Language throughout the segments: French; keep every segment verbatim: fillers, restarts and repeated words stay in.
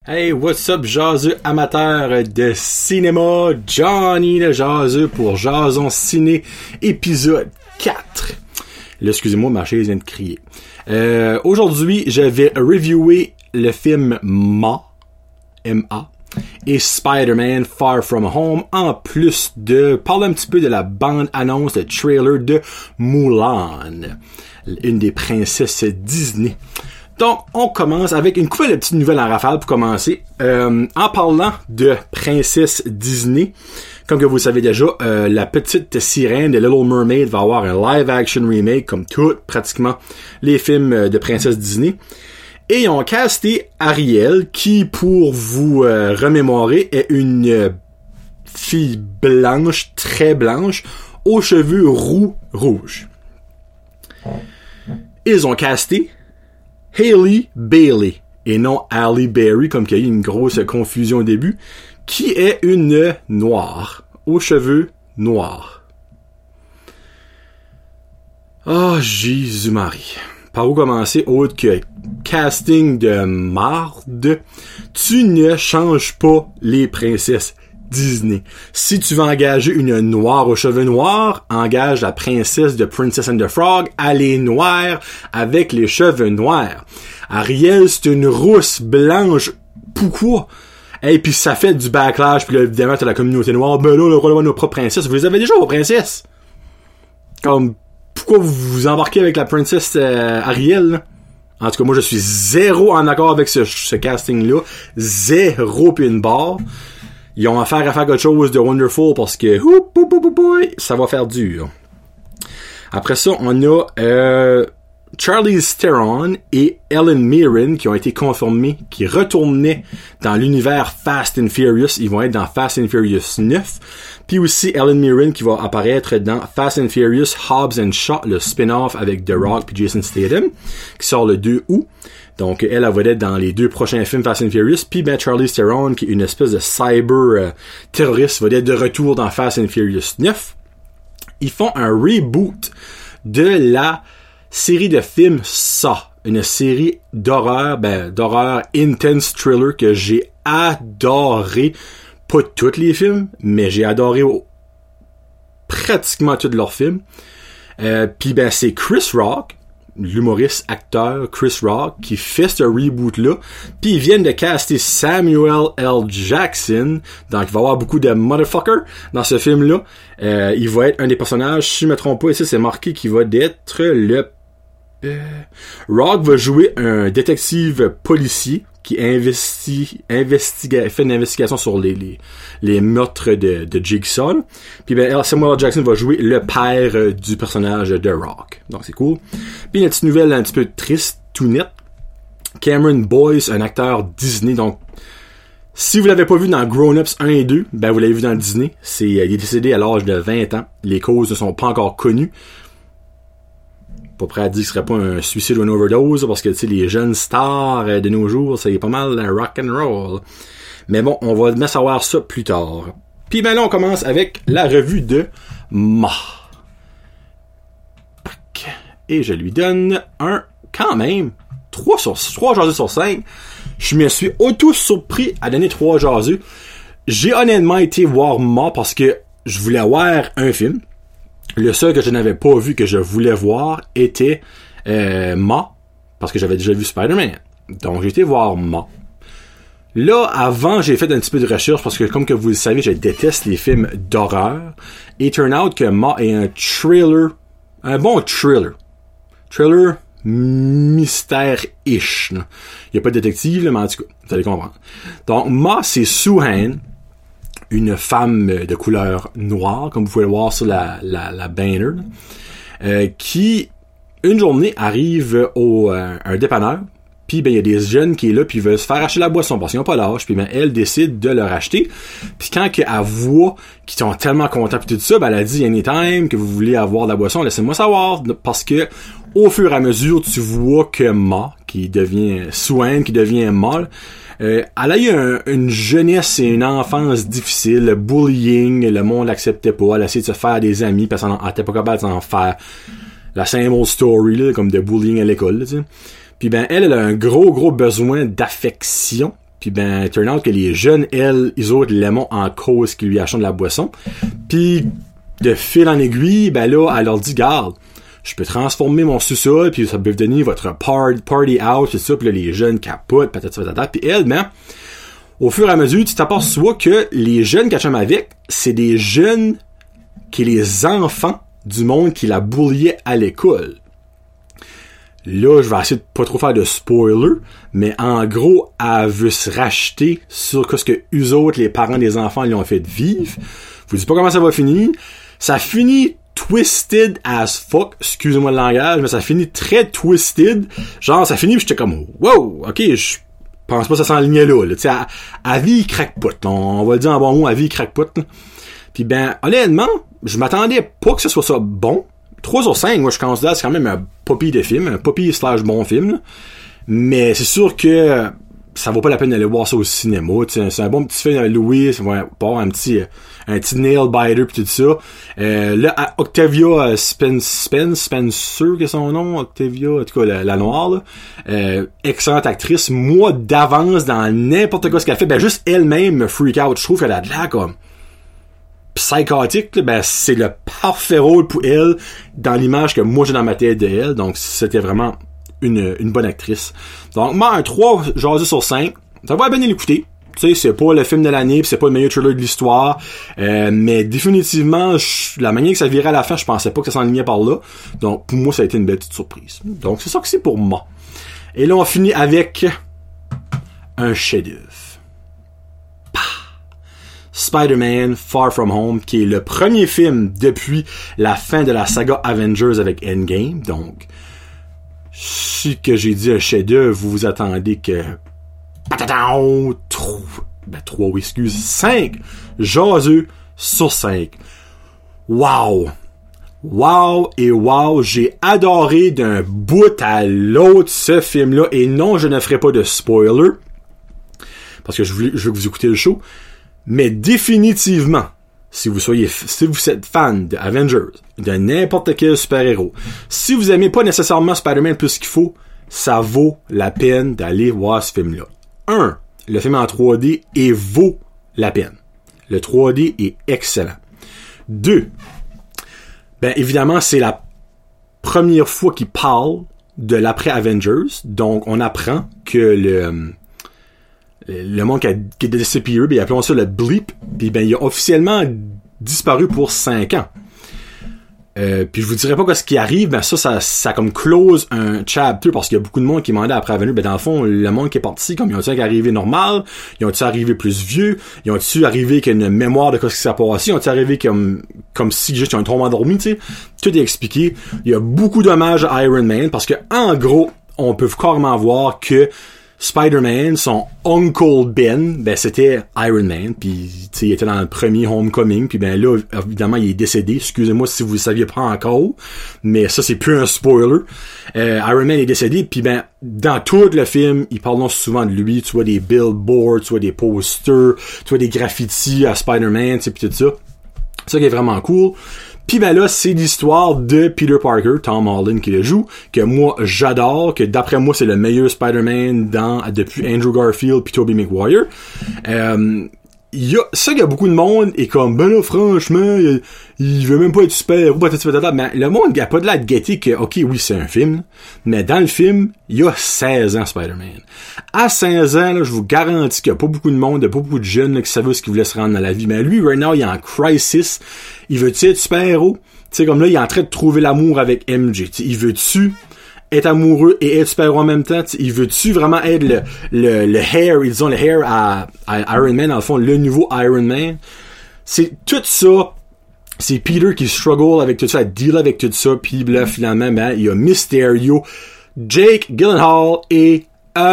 Hey, what's up, jaseux amateurs de cinéma? Johnny le jaseux pour Jason Ciné, épisode quatre. Là, excusez-moi, ma chaise vient de crier. Euh, aujourd'hui, je vais reviewer le film Ma, M A, et Spider-Man Far From Home, en plus de parler un petit peu de la bande-annonce, le trailer de Mulan, une des princesses Disney. Donc, on commence avec une couple de petites nouvelles en rafale pour commencer. Euh, en parlant de princesse Disney, comme que vous le savez déjà, euh, la petite sirène de Little Mermaid va avoir un live-action remake, comme toutes, pratiquement, les films de princesse Disney. Et ils ont casté Ariel, qui, pour vous euh, remémorer, est une euh, fille blanche, très blanche, aux cheveux roux rouges. Ils ont casté Hailey Bailey, et non Halle Berry, comme qu'il y a eu une grosse confusion au début, qui est une noire, aux cheveux noirs. Oh, Jésus-Marie. Par où commencer autre que casting de marde? Tu ne changes pas les princesses Disney. Si tu veux engager une noire aux cheveux noirs, engage la princesse de Princess and the Frog, elle est noire avec les cheveux noirs. Ariel, c'est une rousse blanche. Pourquoi? Et hey, puis ça fait du backlash, puis là, évidemment, t'as la communauté noire. Ben là, on a le droit d'avoir nos propres princesses. Vous les avez déjà, vos princesses. Comme, pourquoi vous vous embarquez avec la princesse euh, Ariel, là? En tout cas, moi, je suis zéro en accord avec ce, ce casting-là. Zéro puis une barre. Ils ont affaire à faire quelque chose de wonderful parce que oup, oup, oup, oup, oup, ça va faire dur. Après ça, on a euh, Charlize Theron et Helen Mirren qui ont été confirmés, qui retournaient dans l'univers Fast and Furious. Ils vont être dans Fast and Furious neuf. Puis aussi Helen Mirren qui va apparaître dans Fast and Furious Hobbs and Shaw, le spin-off avec The Rock et Jason Statham, qui sort le deux août. Donc, elle, elle va être dans les deux prochains films Fast and Furious. Puis, ben, Charlize Theron, qui est une espèce de cyber euh, terroriste, va être de retour dans Fast and Furious neuf. Ils font un reboot de la série de films Saw. Une série d'horreur, ben, d'horreur intense thriller que j'ai adoré. Pas tous les films, mais j'ai adoré oh, pratiquement tous leurs films. Euh, puis, ben, c'est Chris Rock, l'humoriste acteur Chris Rock, qui fait ce reboot-là. Puis ils viennent de caster Samuel L. Jackson. Donc il va y avoir beaucoup de motherfucker dans ce film-là. Euh, il va être un des personnages, si je me trompe pas, ici c'est marqué qu'il va être le... Euh... Rock va jouer un détective policier qui investi, investiga, fait une investigation sur les, les, les meurtres de, de Jigsaw. Puis ben, Samuel L. Jackson va jouer le père euh, du personnage de Rock. Donc c'est cool. Puis une petite nouvelle un petit peu triste, tout net. Cameron Boyce, un acteur Disney. Donc, si vous l'avez pas vu dans Grown Ups un et deux, ben vous l'avez vu dans Disney. C'est, il est décédé à l'âge de vingt ans. Les causes ne sont pas encore connues. Pas prêt à dire que ce serait pas un suicide ou une overdose, parce que, tu sais, les jeunes stars euh, de nos jours, c'est pas mal un rock and roll. Mais bon, on va bien savoir ça plus tard. Puis ben là, on commence avec la revue de Ma. Et je lui donne un, quand même, trois sur trois jaseux sur cinq. Je me suis auto-surpris à donner trois jaseux. J'ai honnêtement été voir Ma parce que je voulais voir un film. Le seul que je n'avais pas vu, que je voulais voir, était euh, Ma, parce que j'avais déjà vu Spider-Man. Donc, j'ai été voir Ma. Là, avant, j'ai fait un petit peu de recherche, parce que, comme que vous le savez, je déteste les films d'horreur. Et turn out que Ma est un thriller, un bon thriller. Thriller mystère-ish. Il n'y a pas de détective, là, mais en tout cas, vous allez comprendre. Donc, Ma, c'est Soo-Han, une femme de couleur noire, comme vous pouvez le voir sur la, la, la banner, euh, qui, une journée, arrive au euh, un dépanneur, puis ben il y a des jeunes qui est là, puis ils veulent se faire acheter la boisson, parce qu'ils n'ont pas l'âge, puis ben elle décide de leur acheter, puis quand elle voit qu'ils sont tellement contents, puis tout ça, ben elle a dit « Anytime que vous voulez avoir de la boisson, laissez-moi savoir », parce que, au fur et à mesure, tu vois que Ma, qui devient Soo-Han, qui devient Ma, Euh, elle a eu un, une jeunesse et une enfance difficile, le bullying, le monde l'acceptait pas, elle a essayé de se faire des amis parce qu'elle n'était pas capable d'en faire. La same old story, là, comme de bullying à l'école, tu sais. Puis ben, elle, elle a un gros, gros besoin d'affection. Puis ben, turn out que les jeunes, elles, ils autres l'aimont en cause qu'ils lui achètent de la boisson. Puis de fil en aiguille, ben là, elle leur dit, garde, je peux transformer mon sous-sol, puis ça peut devenir votre party, party house, et ça, puis là, les jeunes capotent, patati patata. Puis elle, ben, au fur et à mesure, tu t'aperçois que les jeunes qu'elle chante avec, c'est des jeunes qui sont les enfants du monde qui la bulliait à l'école. Là, je vais essayer de pas trop faire de spoiler, mais en gros, elle veut se racheter sur ce que eux autres, les parents des enfants, lui ont fait vivre. Je vous dis pas comment ça va finir. Ça finit twisted as fuck, excusez-moi le langage, mais ça finit très twisted. Genre, ça finit pis j'étais comme, wow, ok, je pense pas que ça s'enlignait là, là. Tu sais, à, à vie, il crackpot, là. On va le dire en bon mot, à vie, il crackpot, là. Pis ben, honnêtement, je m'attendais pas que ce soit ça bon. trois sur cinq, moi, je considère que c'est quand même un poppy de film, un poppy slash bon film, là. Mais c'est sûr que ça vaut pas la peine d'aller voir ça au cinéma. T'sais. C'est un bon petit film avec Louis, ça va avoir un petit un petit nail biter pis tout ça. Euh, là, Octavia Spence, Spence, Spencer, qu'est son nom? Octavia, en tout cas, la, la noire, là. Euh, excellente actrice. Moi, d'avance, dans n'importe quoi ce qu'elle fait, ben juste elle-même me freak out. Je trouve qu'elle a de l'air comme psychotique, là, ben c'est le parfait rôle pour elle dans l'image que moi j'ai dans ma tête de elle. Donc, c'était vraiment une, une bonne actrice. Donc, moi, un trois jasé sur cinq. Ça va bien l'écouter. Tu sais, c'est pas le film de l'année, pis c'est pas le meilleur thriller de l'histoire, euh, mais définitivement, je, la manière que ça virait à la fin, je pensais pas que ça s'enlignait par là. Donc, pour moi, ça a été une belle petite surprise. Donc, c'est ça que c'est pour moi. Et là, on finit avec un chef-d'œuvre. Spider-Man Far From Home, qui est le premier film depuis la fin de la saga Avengers avec Endgame. Donc, si que j'ai dit un chef-d'œuvre, vous vous attendez que trois, ben trois, oui, excuse, cinq jaseux sur cinq. Wow! Wow et wow, j'ai adoré d'un bout à l'autre ce film-là, et non, je ne ferai pas de spoiler, parce que je veux, je veux que vous écoutez le show, mais définitivement, si vous soyez, si vous êtes fan de Avengers, de n'importe quel super-héros, si vous aimez pas nécessairement Spider-Man plus qu'il faut, ça vaut la peine d'aller voir ce film-là. Un, le film en trois D et vaut la peine. Le trois D est excellent. Deux, ben évidemment, c'est la première fois qu'il parle de l'après-Avengers, donc on apprend que le le monde qui a, qui a disparu, ben, appelons ça le blip, puis ben, il a officiellement disparu pour cinq ans. Euh, puis je vous dirais pas ce qui arrive, ben ça, ça, ça comme close un chapter, parce qu'il y a beaucoup de monde qui demandait après Avengers, ben dans le fond, le monde qui est parti, comme ils ont-tu arrivé normal, ils ont-tu arrivé plus vieux, ils ont-tu arrivé avec une mémoire de ce qui s'est passé, ils ont-tu arrivé comme, comme si juste ils ont trop endormi, tu sais. Tout est expliqué. Il y a beaucoup d'hommages à Iron Man, parce que, en gros, on peut carrément voir que Spider-Man, son Uncle Ben, ben c'était Iron Man, puis tu sais, il était dans le premier Homecoming, puis ben là, évidemment, il est décédé. Excusez-moi si vous le saviez pas encore, mais ça, c'est plus un spoiler. Euh, Iron Man est décédé, puis ben, dans tout le film, ils parlent souvent de lui, tu vois des billboards, tu vois des posters, tu vois des graffitis à Spider-Man, tu sais, pis tout ça. Ça qui est vraiment cool. Pis ben là, c'est l'histoire de Peter Parker, Tom Holland qui le joue, que moi j'adore, que d'après moi c'est le meilleur Spider-Man dans depuis Andrew Garfield pis Tobey Maguire. Euh, il y a ça, il y a beaucoup de monde et comme ben là franchement, il, il veut même pas être super ou patati patata, mais le monde a pas de la gaieté que ok oui c'est un film, mais dans le film il y a seize ans Spider-Man. À seize ans là, je vous garantis qu'il y a pas beaucoup de monde, il y a pas beaucoup de jeunes là, qui savent ce qu'ils voulaient se rendre dans la vie, mais lui right now il est en crisis. Il veut-tu être super-héros? Tu sais, comme là, il est en train de trouver l'amour avec M J. T'sais, il veut-tu être amoureux et être super-héros en même temps? T'sais, il veut-tu vraiment être le, le, le hair, ils ont le hair à, à Iron Man, dans le fond, le nouveau Iron Man? C'est tout ça. C'est Peter qui struggle avec tout ça, à deal avec tout ça, pis là, finalement, ben, il y a Mysterio. Jake Gyllenhaal est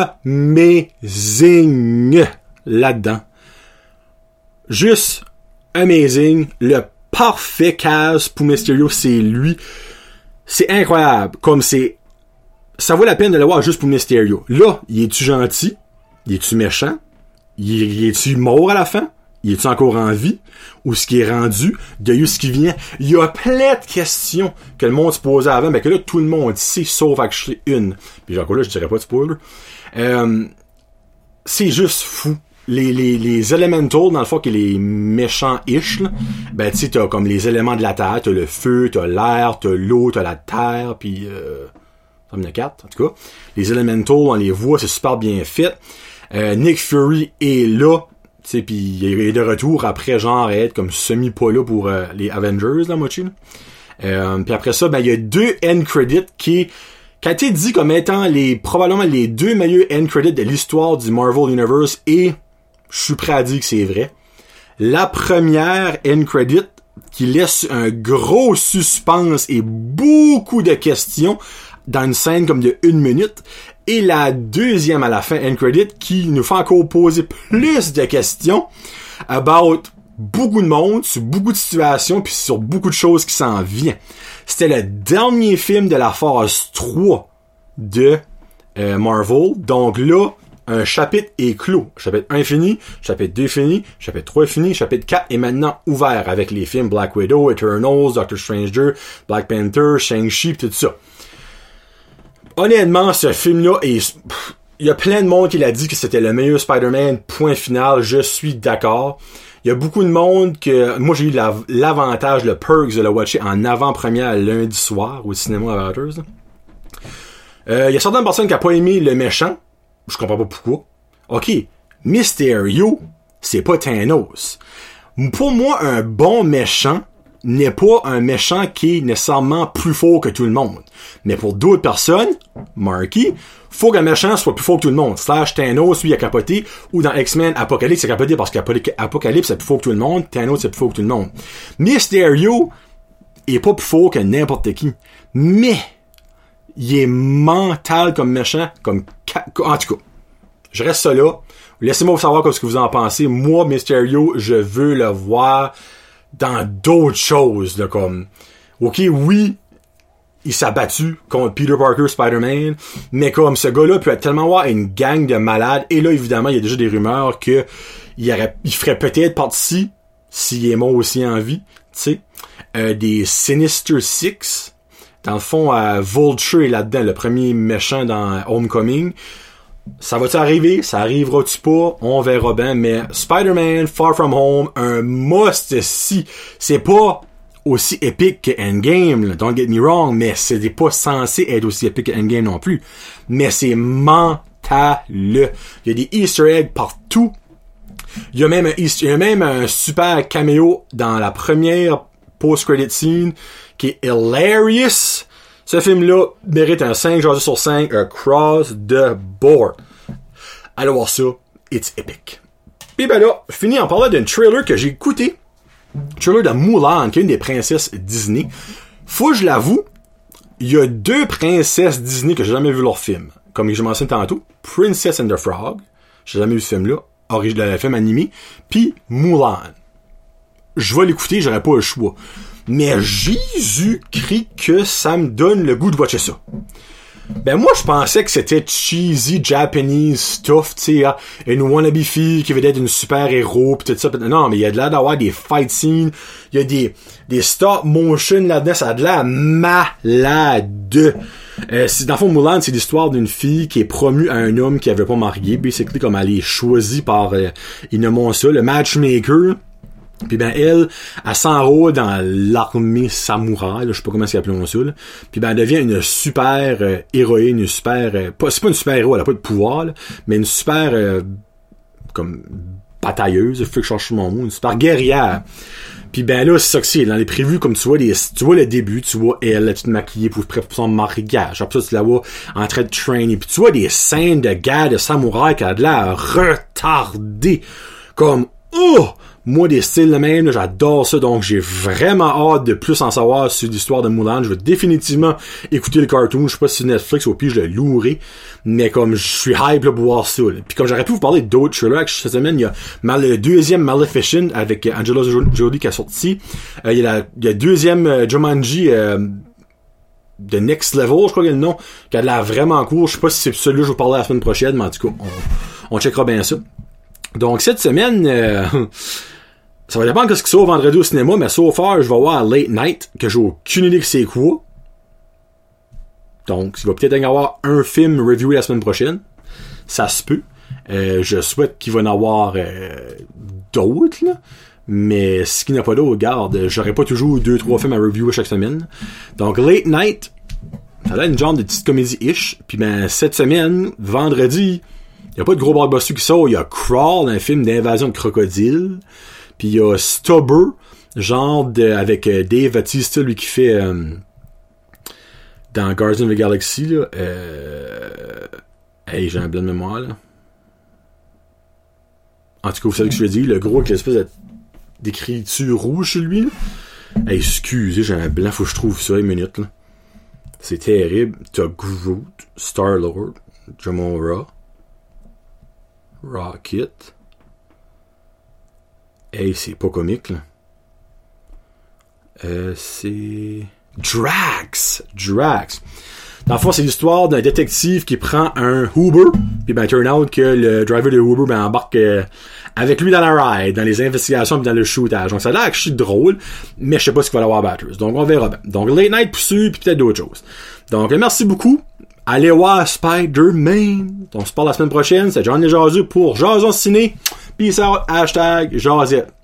amazing là-dedans. Juste amazing. Le parfait cast pour Mysterio, c'est lui. C'est incroyable. Comme c'est... Ça vaut la peine de le voir juste pour Mysterio. Là, il est-tu gentil? Il est-tu méchant? Il, il est-tu mort à la fin? Il est-tu encore en vie? Ou ce qui est rendu? De où ce qui vient? Il y a plein de questions que le monde se posait avant, mais que là, tout le monde sait, sauf actually une. Puis encore là, je dirais pas de spoiler. Euh... c'est juste fou. Les, les, les Elementals, dans le fond, qui est les méchants-ish, là, ben, tu sais, t'as comme les éléments de la terre, t'as le feu, t'as l'air, t'as l'eau, t'as la terre, pis euh, ça me quatre, en tout cas. Les Elementals, on les voit, c'est super bien fait. Euh, Nick Fury est là, tu sais, pis il est de retour après, genre, être comme semi-pas là pour euh, les Avengers, là, moitié, là. Euh, puis après ça, ben, il y a deux end credits qui, qui a été dit comme étant les, probablement les deux meilleurs end credits de l'histoire du Marvel Universe, et je suis prêt à dire que c'est vrai. La première end credit qui laisse un gros suspense et beaucoup de questions dans une scène comme de une minute, et la deuxième à la fin end credit qui nous fait encore poser plus de questions about beaucoup de monde, sur beaucoup de situations, puis sur beaucoup de choses qui s'en viennent. C'était le dernier film de la phase trois de euh, Marvel, donc là, un chapitre est clos. Chapitre un fini, chapitre deux fini, chapitre trois fini, chapitre quatre est maintenant ouvert avec les films Black Widow, Eternals, Doctor Stranger, Black Panther, Shang-Chi, tout ça. Honnêtement, ce film-là est... Il y a plein de monde qui l'a dit que c'était le meilleur Spider-Man, point final, je suis d'accord. Il y a beaucoup de monde que... Moi, j'ai eu la, l'avantage, le perks de le watcher en avant-première lundi soir au cinéma à vingt heures. Euh, il y a certaines personnes qui n'ont pas aimé le méchant. Je comprends pas pourquoi. Ok, Mysterio, c'est pas Thanos. Pour moi, un bon méchant n'est pas un méchant qui est nécessairement plus fort que tout le monde. Mais pour d'autres personnes, Marky, faut qu'un méchant soit plus fort que tout le monde. Slash Thanos, lui, il a capoté. Ou dans X-Men, Apocalypse, il a capoté parce qu'Apocalypse, c'est plus fort que tout le monde. Thanos, c'est plus fort que tout le monde. Mysterio est pas plus fort que n'importe qui. Mais... il est mental comme méchant, comme... En tout cas, je reste ça là. Laissez-moi savoir ce que vous en pensez. Moi, Mysterio, je veux le voir dans d'autres choses, là, comme... Ok, oui, il s'est battu contre Peter Parker, Spider-Man, mais comme ce gars-là peut tellement avoir une gang de malades, et là, évidemment, il y a déjà des rumeurs que il, aurait, il ferait peut-être partie, s'il est mort aussi en vie, tu sais, euh, des Sinister Six. Dans le fond, euh, Vulture est là-dedans, le premier méchant dans Homecoming. Ça va-tu arriver? Ça arrivera-tu pas? On verra bien. Mais Spider-Man, Far From Home, un must si. C'est pas aussi épique que Endgame, là, don't get me wrong, mais c'est pas censé être aussi épique que Endgame non plus. Mais c'est mental. Il y a des Easter eggs partout. Il y a même un, Easter, il y a même un super caméo dans la première post-credit scene qui est hilarious. Ce film-là mérite un cinq sur cinq across the board. Allez voir ça, it's epic. Puis ben là, je finis en parlant d'un trailer que j'ai écouté. Trailer de Mulan, qui est une des princesses Disney. Faut que je l'avoue, il y a deux princesses Disney que j'ai jamais vu leur film. Comme je mentionné tantôt, Princess and the Frog, j'ai jamais vu ce film-là, original, le film animé, puis Mulan. Je vais l'écouter, j'aurais pas le choix. Mais Jésus-Christ que ça me donne le goût de watcher ça. Ben moi, je pensais que c'était cheesy Japanese stuff, tu sais, hein, une wannabe fille qui veut être une super-héros, pis tout ça. Pis non, mais il y a de l'air d'avoir des fight scenes, il y a des, des stop motion là-dedans, ça a de l'air malade. Euh, c'est, dans le fond, Mulan, c'est l'histoire d'une fille qui est promue à un homme qui avait pas marié, basically, comme elle est choisie par, euh, ils nomment ça, le matchmaker. Puis ben elle, elle s'enrôle dans l'armée samouraï, là, je sais pas comment c'est appelé ça, là. Puis ben elle devient une super euh, héroïne, une super... Euh, pas, c'est pas une super héros, elle a pas de pouvoir, là, mais une super... Euh, comme... batailleuse, il faut que je cherche mon mot, une super guerrière. Puis ben là, c'est ça que c'est, dans les prévus, comme tu vois, les, tu vois le début, tu vois elle, la petite maquillée pour, pour son mariage. Après ça, tu la vois en train de trainer. Puis tu vois des scènes de guerre de samouraï qui a de l'air retardé. Comme... Oh! Moi, des styles de même, là, j'adore ça, donc j'ai vraiment hâte de plus en savoir sur l'histoire de Mulan. Je vais définitivement écouter le cartoon. Je sais pas si Netflix ou puis je le louerai, mais comme je suis hype là, pour voir ça. Là. Puis comme j'aurais pu vous parler d'autres trailers, cette semaine, il y a mal, le deuxième Maleficent avec Angela Jolie qui a sorti. Euh, il y a la, il y a le deuxième euh, Jumanji euh, The Next Level, je crois qu'il y a le nom, qui a l'air vraiment cool. Je sais pas si c'est celui-là que je vous parlerai la semaine prochaine, mais en tout cas, on, on checkera bien ça. Donc cette semaine... Euh, ça va dépendre de ce qui sort vendredi au cinéma, mais so far, je vais voir Late Night, que j'ai aucune idée que c'est quoi. Donc, il va peut-être y avoir un film reviewé la semaine prochaine. Ça se peut. Euh, je souhaite qu'il va en avoir euh, d'autres, là. Mais ce qui n'a pas d'autre, garde, j'aurais pas toujours deux, trois films à reviewer chaque semaine. Donc, Late Night, ça a l'air une genre de petite comédie-ish. Puis ben, cette semaine, vendredi, y a pas de gros blockbuster qui sort. Il y a Crawl, un film d'invasion de crocodiles. Puis il y a Stubber, genre de, avec euh, Dave Bautista, lui qui fait euh, dans Guardians of the Galaxy, là. Euh... Hey, j'ai un blanc de mémoire, là. En tout cas, vous savez ce que je veux dire, le gros avec l'espèce de d'écriture rouge chez lui, là. Hey, excusez, j'ai un blanc, faut que je trouve ça une minute, là. C'est terrible. T'as Groot, Star-Lord, Gamora, Rocket. Hey, c'est pas comique, là. Euh, c'est... Drax! Drax! Dans le fond, c'est l'histoire d'un détective qui prend un Uber, puis ben, turn out que le driver de Uber, ben, embarque euh, avec lui dans la ride, dans les investigations, puis dans le shootage. Donc, ça a l'air que je suis drôle, mais je sais pas ce qu'il va y avoir à Batters. Donc, on verra bien. Donc, Late Night poussé, puis peut-être d'autres choses. Donc, merci beaucoup. Allez voir Spider-Man. On se parle la semaine prochaine. C'est John et Jazu pour Jason Ciné. Peace out. Hashtag Jazette.